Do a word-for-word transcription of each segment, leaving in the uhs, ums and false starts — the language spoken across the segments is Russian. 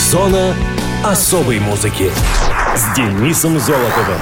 Зона особой музыки с Денисом Золотовым.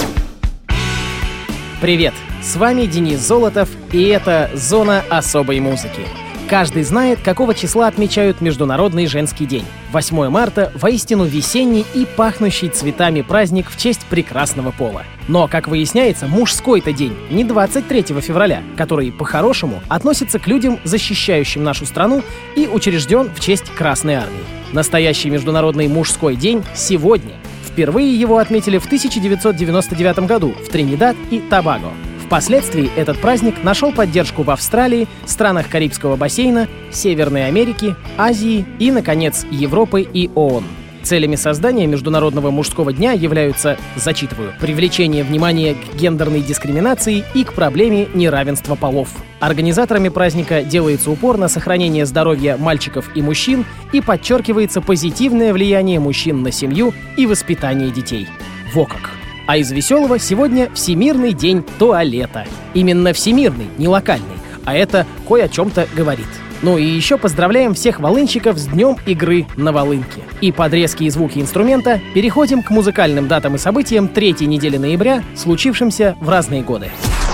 Привет, с вами Денис Золотов, и это «Зона особой музыки». Каждый знает, какого числа отмечают Международный женский день. восьмое марта — воистину весенний и пахнущий цветами праздник в честь прекрасного пола. Но, как выясняется, мужской-то день не двадцать третьего февраля, который, по-хорошему, относится к людям, защищающим нашу страну, и учрежден в честь Красной Армии. Настоящий Международный мужской день сегодня. Впервые его отметили в тысяча девятьсот девяносто девятом году в Тринидад и Тобаго. Впоследствии этот праздник нашел поддержку в Австралии, странах Карибского бассейна, Северной Америки, Азии и, наконец, Европы и ООН. Целями создания Международного мужского дня являются, зачитываю, привлечение внимания к гендерной дискриминации и к проблеме неравенства полов. Организаторами праздника делается упор на сохранение здоровья мальчиков и мужчин и подчеркивается позитивное влияние мужчин на семью и воспитание детей. Во как! А из веселого сегодня Всемирный день туалета. Именно всемирный, не локальный. А это кое о чем-то говорит. Ну и еще поздравляем всех волынщиков с днем игры на волынке. И под резкие звуки инструмента переходим к музыкальным датам и событиям третьей недели ноября, случившимся в разные годы.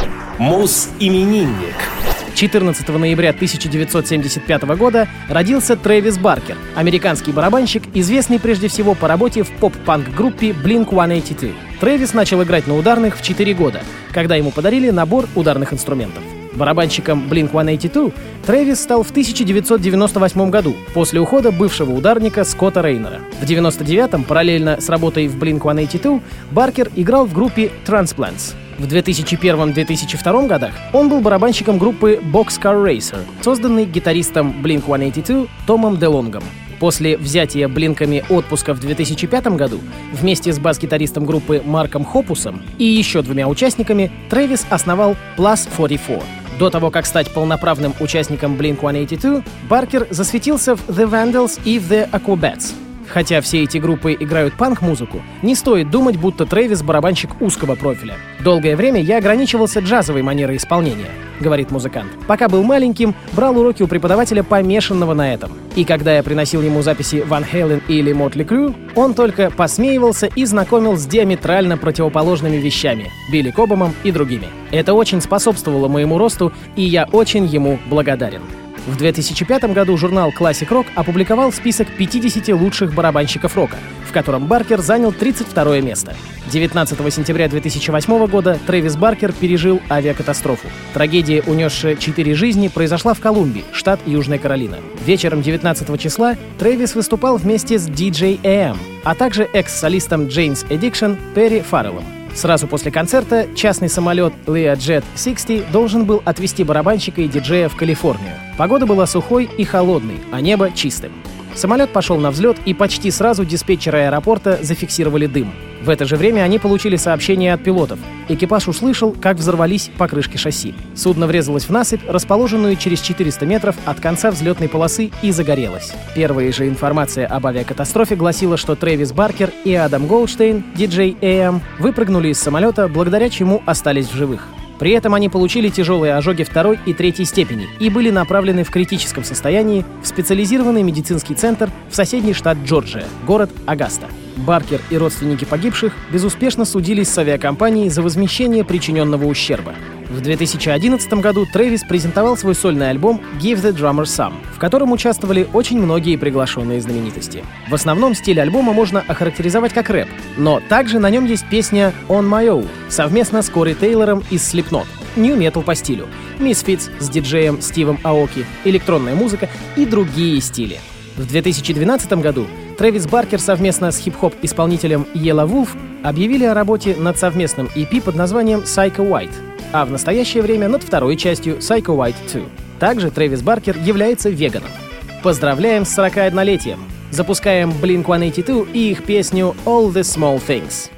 Мус-именинник. четырнадцатого ноября тысяча девятьсот семьдесят пятого года родился Трэвис Баркер, американский барабанщик, известный прежде всего по работе в поп-панк-группе блинк сто восемьдесят два. Трэвис начал играть на ударных в четыре года, когда ему подарили набор ударных инструментов. Барабанщиком блинк сто восемьдесят два Трэвис стал в тысяча девятьсот девяносто восьмом году, после ухода бывшего ударника Скотта Рейнера. В девяносто девятом, параллельно с работой в блинк сто восемьдесят два, Баркер играл в группе Transplants. В две тысячи первом — две тысячи втором годах он был барабанщиком группы Boxcar Racer, созданной гитаристом блинк сто восемьдесят два Томом Делонгом. После взятия блинками отпуска в две тысячи пятом году вместе с бас-гитаристом группы Марком Хопусом и еще двумя участниками Трэвис основал Plus сорок четыре. До того, как стать полноправным участником блинк сто восемьдесят два, Баркер засветился в The Vandals и в The Aquabats. Хотя все эти группы играют панк-музыку, не стоит думать, будто Трэвис — барабанщик узкого профиля. «Долгое время я ограничивался джазовой манерой исполнения», — говорит музыкант. «Пока был маленьким, брал уроки у преподавателя, помешанного на этом. И когда я приносил ему записи Ван Хейлен или Мотли Крю, он только посмеивался и знакомил с диаметрально противоположными вещами — Билли Кобомом и другими. Это очень способствовало моему росту, и я очень ему благодарен». В две тысячи пятом году журнал Classic Rock опубликовал список пятидесяти лучших барабанщиков рока, в котором Баркер занял тридцать второе место. девятнадцатого сентября две тысячи восьмого года Трэвис Баркер пережил авиакатастрофу. Трагедия, унесшая четыре жизни, произошла в Колумбии, штат Южная Каролина. Вечером девятнадцатого числа Трэвис выступал вместе с ди джей эй эм, а также экс-солистом Jane's Addiction Перри Фарреллом. Сразу после концерта частный самолет Learjet шестьдесят должен был отвезти барабанщика и диджея в Калифорнию. Погода была сухой и холодной, а небо чистым. Самолет пошел на взлет, и почти сразу диспетчеры аэропорта зафиксировали дым. В это же время они получили сообщение от пилотов. Экипаж услышал, как взорвались покрышки шасси. Судно врезалось в насыпь, расположенную через четыреста метров от конца взлетной полосы, и загорелось. Первая же информация об авиакатастрофе гласила, что Трэвис Баркер и Адам Голдштейн, диджей эй эм, выпрыгнули из самолета, благодаря чему остались в живых. При этом они получили тяжелые ожоги второй и третьей степени и были направлены в критическом состоянии в специализированный медицинский центр в соседний штат Джорджия, город Агаста. Баркер и родственники погибших безуспешно судились с авиакомпанией за возмещение причиненного ущерба. В две тысячи одиннадцатом году Трэвис презентовал свой сольный альбом «Give the Drummer Some», в котором участвовали очень многие приглашенные знаменитости. В основном стиль альбома можно охарактеризовать как рэп, но также на нем есть песня «On My Own» совместно с Кори Тейлором из Slipknot, нью-метал по стилю, Misfits с диджеем Стивом Аоки, электронная музыка и другие стили. В две тысячи двенадцатом году Трэвис Баркер совместно с хип-хоп-исполнителем Yellow Wolf объявили о работе над совместным и пи под названием «Psycho White», а в настоящее время над второй частью «Psycho White два». Также Трэвис Баркер является веганом. Поздравляем с сорокаоднолетием! Запускаем блинк сто восемьдесят два и их песню «All the Small Things».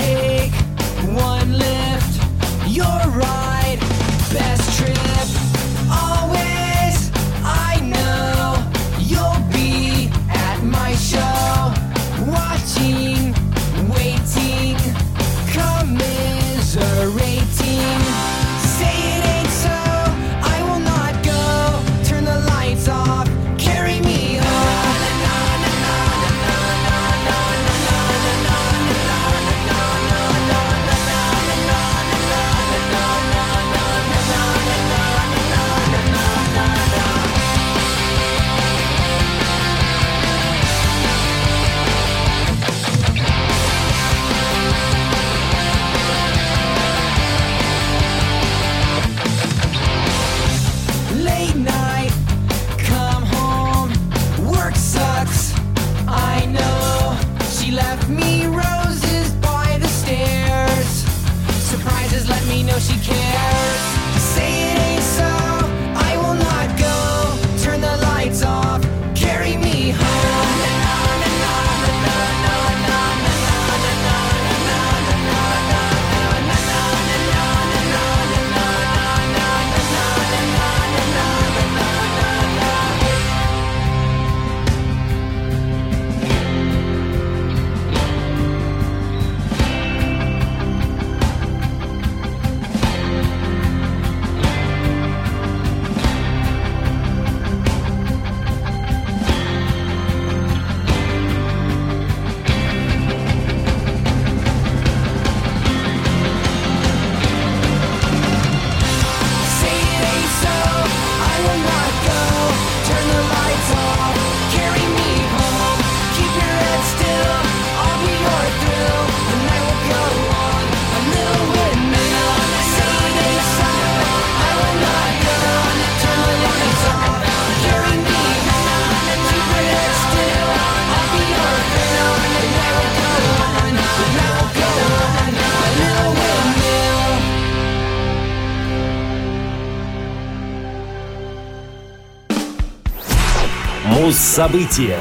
One lift, you're right. Best trip Фокус события.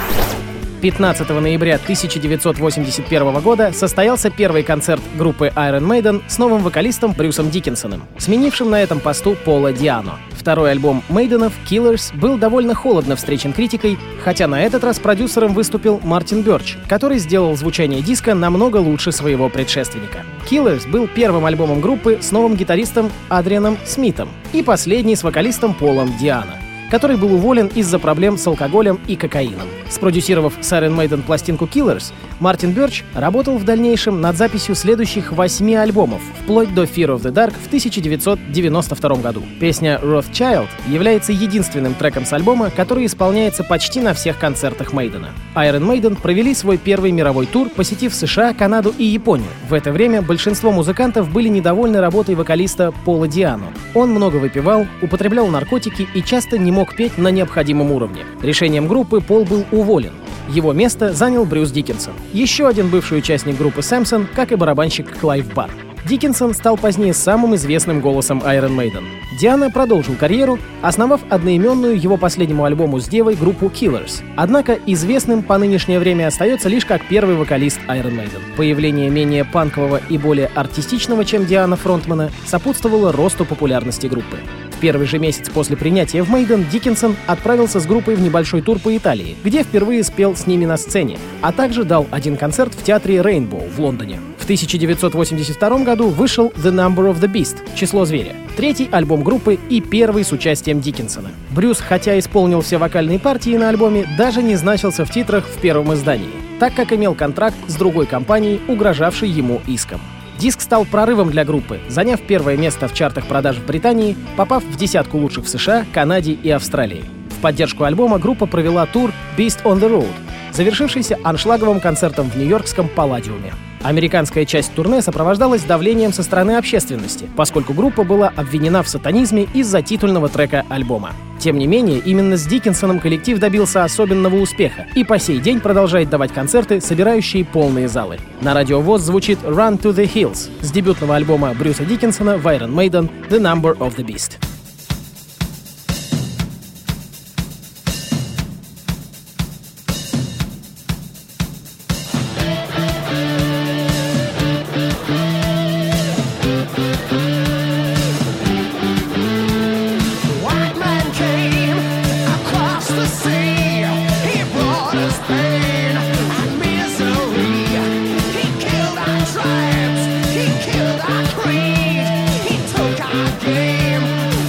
пятнадцатого ноября тысяча девятьсот восемьдесят первого года состоялся первый концерт группы Iron Maiden с новым вокалистом Брюсом Диккинсоном, сменившим на этом посту Пола Диано. Второй альбом Мейденов, Killers, был довольно холодно встречен критикой, хотя на этот раз продюсером выступил Мартин Бёрч, который сделал звучание диска намного лучше своего предшественника. Killers был первым альбомом группы с новым гитаристом Адрианом Смитом и последний с вокалистом Полом Диано, который был уволен из-за проблем с алкоголем и кокаином. Спродюсировав с Iron Maiden пластинку Killers, Мартин Бёрч работал в дальнейшем над записью следующих восьми альбомов, вплоть до Fear of the Dark в тысяча девятьсот девяносто втором году. Песня Rothchild является единственным треком с альбома, который исполняется почти на всех концертах Мейдена. Iron Maiden провели свой первый мировой тур, посетив США, Канаду и Японию. В это время большинство музыкантов были недовольны работой вокалиста Пола Диано. Он много выпивал, употреблял наркотики и часто не мог петь на необходимом уровне. Решением группы Пол был уволен. Его место занял Брюс Диккинсон, еще один бывший участник группы Сэмпсон, как и барабанщик Клайв Барр. Диккинсон стал позднее самым известным голосом Iron Maiden. Диано продолжил карьеру, основав одноименную его последнему альбому с девой группу Killers. Однако известным по нынешнее время остается лишь как первый вокалист Iron Maiden. Появление менее панкового и более артистичного, чем Диано, фронтмена, сопутствовало росту популярности группы. В первый же месяц после принятия в Мейден Диккинсон отправился с группой в небольшой тур по Италии, где впервые спел с ними на сцене, а также дал один концерт в театре Rainbow в Лондоне. В тысяча девятьсот восемьдесят втором году вышел The Number of the Beast — «Число зверя», третий альбом группы и первый с участием Диккинсона. Брюс, хотя исполнил все вокальные партии на альбоме, даже не значился в титрах в первом издании, так как имел контракт с другой компанией, угрожавшей ему иском. Диск стал прорывом для группы, заняв первое место в чартах продаж в Британии, попав в десятку лучших в США, Канаде и Австралии. В поддержку альбома группа провела тур Beast on the Road, завершившийся аншлаговым концертом в нью-йоркском Палладиуме. Американская часть турне сопровождалась давлением со стороны общественности, поскольку группа была обвинена в сатанизме из-за титульного трека альбома. Тем не менее, именно с Диккинсоном коллектив добился особенного успеха и по сей день продолжает давать концерты, собирающие полные залы. На радио ВОС звучит Run to the Hills с дебютного альбома Брюса Диккинсона в Iron Maiden The Number of the Beast. He killed our creed, he took our game.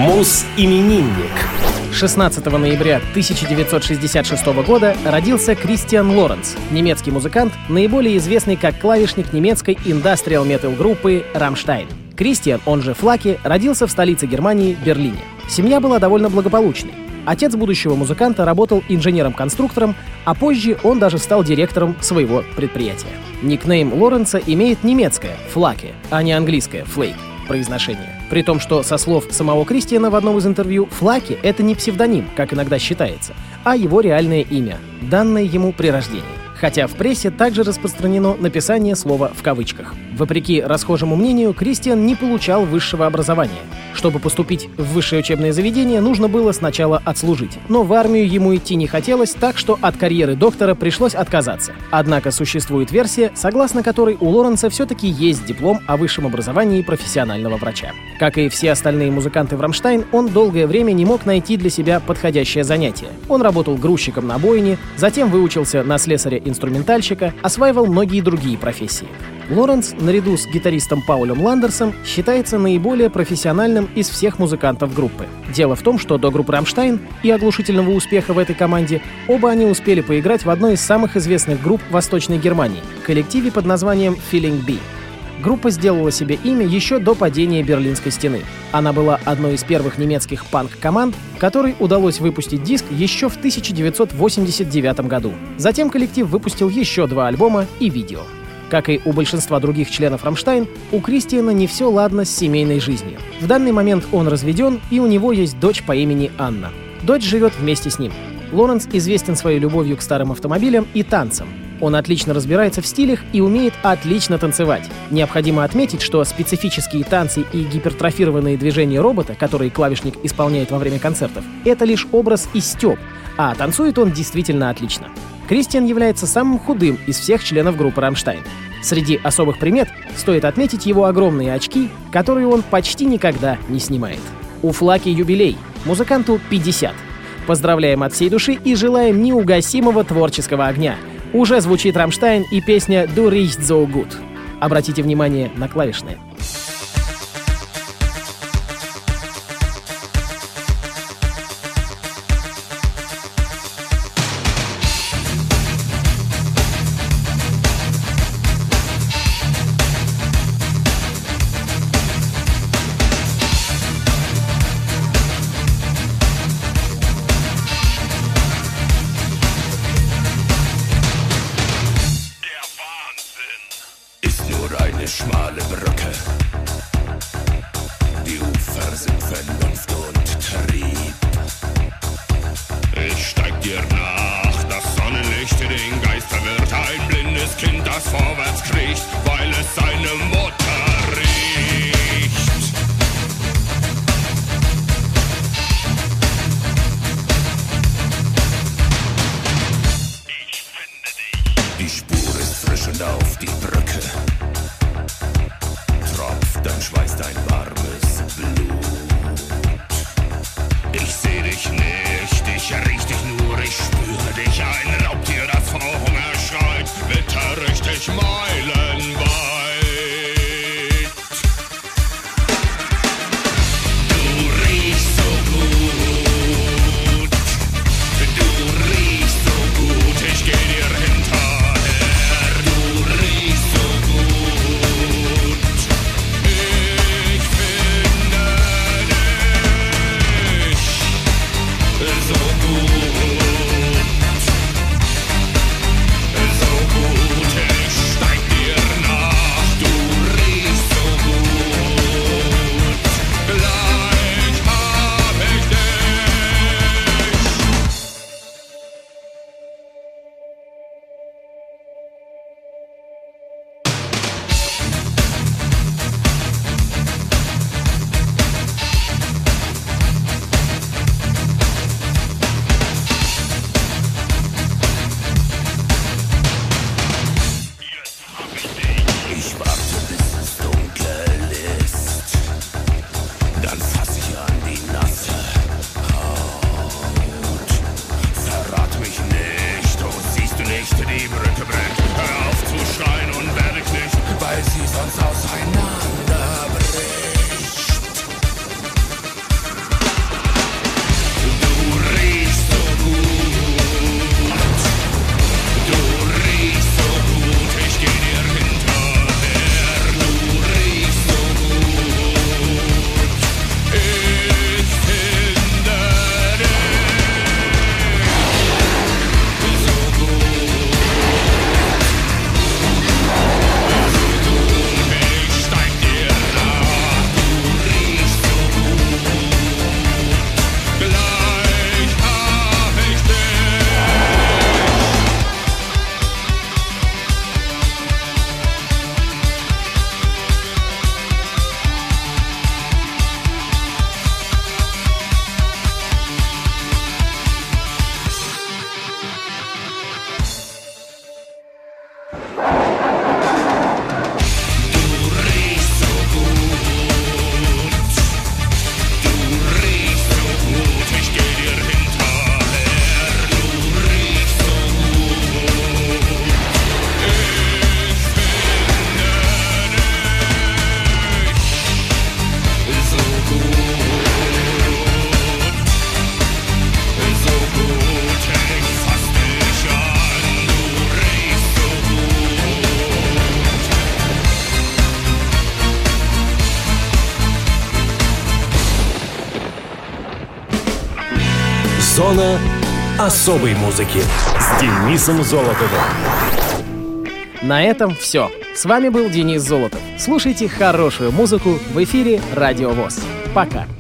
Муз-именинник. шестнадцатого ноября тысяча девятьсот шестьдесят шестого года родился Кристиан Лоренц, немецкий музыкант, наиболее известный как клавишник немецкой индастриал-метал-группы «Рамштайн». Кристиан, он же Флаки, родился в столице Германии, Берлине. Семья была довольно благополучной. Отец будущего музыканта работал инженером-конструктором, а позже он даже стал директором своего предприятия. Никнейм Лоренца имеет немецкое «Флаки», а не английское «Флейк» произношение. При том, что со слов самого Кристиана в одном из интервью, Флаки — это не псевдоним, как иногда считается, а его реальное имя, данное ему при рождении. Хотя в прессе также распространено написание слова в кавычках. Вопреки расхожему мнению, Кристиан не получал высшего образования. Чтобы поступить в высшее учебное заведение, нужно было сначала отслужить. Но в армию ему идти не хотелось, так что от карьеры доктора пришлось отказаться. Однако существует версия, согласно которой у Лоренца все-таки есть диплом о высшем образовании профессионального врача. Как и все остальные музыканты в «Рамштайн», он долгое время не мог найти для себя подходящее занятие. Он работал грузчиком на бойне, затем выучился на слесаря-инструментальщика, осваивал многие другие профессии. Лоренц, наряду с гитаристом Паулем Ландерсом, считается наиболее профессиональным из всех музыкантов группы. Дело в том, что до группы «Рамштайн» и оглушительного успеха в этой команде оба они успели поиграть в одной из самых известных групп Восточной Германии — коллективе под названием Feeling B. Группа сделала себе имя еще до падения Берлинской стены. Она была одной из первых немецких панк-команд, которой удалось выпустить диск еще в тысяча девятьсот восемьдесят девятом году. Затем коллектив выпустил еще два альбома и видео. Как и у большинства других членов «Рамштайн», у Кристиана не все ладно с семейной жизнью. В данный момент он разведен, и у него есть дочь по имени Анна. Дочь живет вместе с ним. Лоренц известен своей любовью к старым автомобилям и танцам. Он отлично разбирается в стилях и умеет отлично танцевать. Необходимо отметить, что специфические танцы и гипертрофированные движения робота, которые клавишник исполняет во время концертов, это лишь образ и стёб, а танцует он действительно отлично. Кристиан является самым худым из всех членов группы «Рамштайн». Среди особых примет стоит отметить его огромные очки, которые он почти никогда не снимает. У Флаки юбилей, музыканту пятьдесят. Поздравляем от всей души и желаем неугасимого творческого огня. Уже звучит «Рамштайн» и песня «Du riechst so gut». Обратите внимание на клавишные. Eine schmale Brücke. Die Ufer sind Vernunft und Trieb. Ich steig dir nach, das Sonnenlicht den Geist verwirrt. Ein blindes Kind, das vorwärts kriecht, weil es seine Mutter riecht. Ich finde dich. Die Spur ist frisch und auf die Brücke dann schweißt ein warmes Blut. Ich seh dich nicht, ich riech dich nur, ich spüre dich. Ein Raubtier, das vor Hunger schreit, witter richtig meilenweit. Du riechst so gut, du riechst so gut, ich geh dir hinterher. Du riechst so gut. So gut, so gut, ich steig Зона особой музыки с Денисом Золотовым. На этом все. С вами был Денис Золотов. Слушайте хорошую музыку в эфире Радио ВОС. Пока.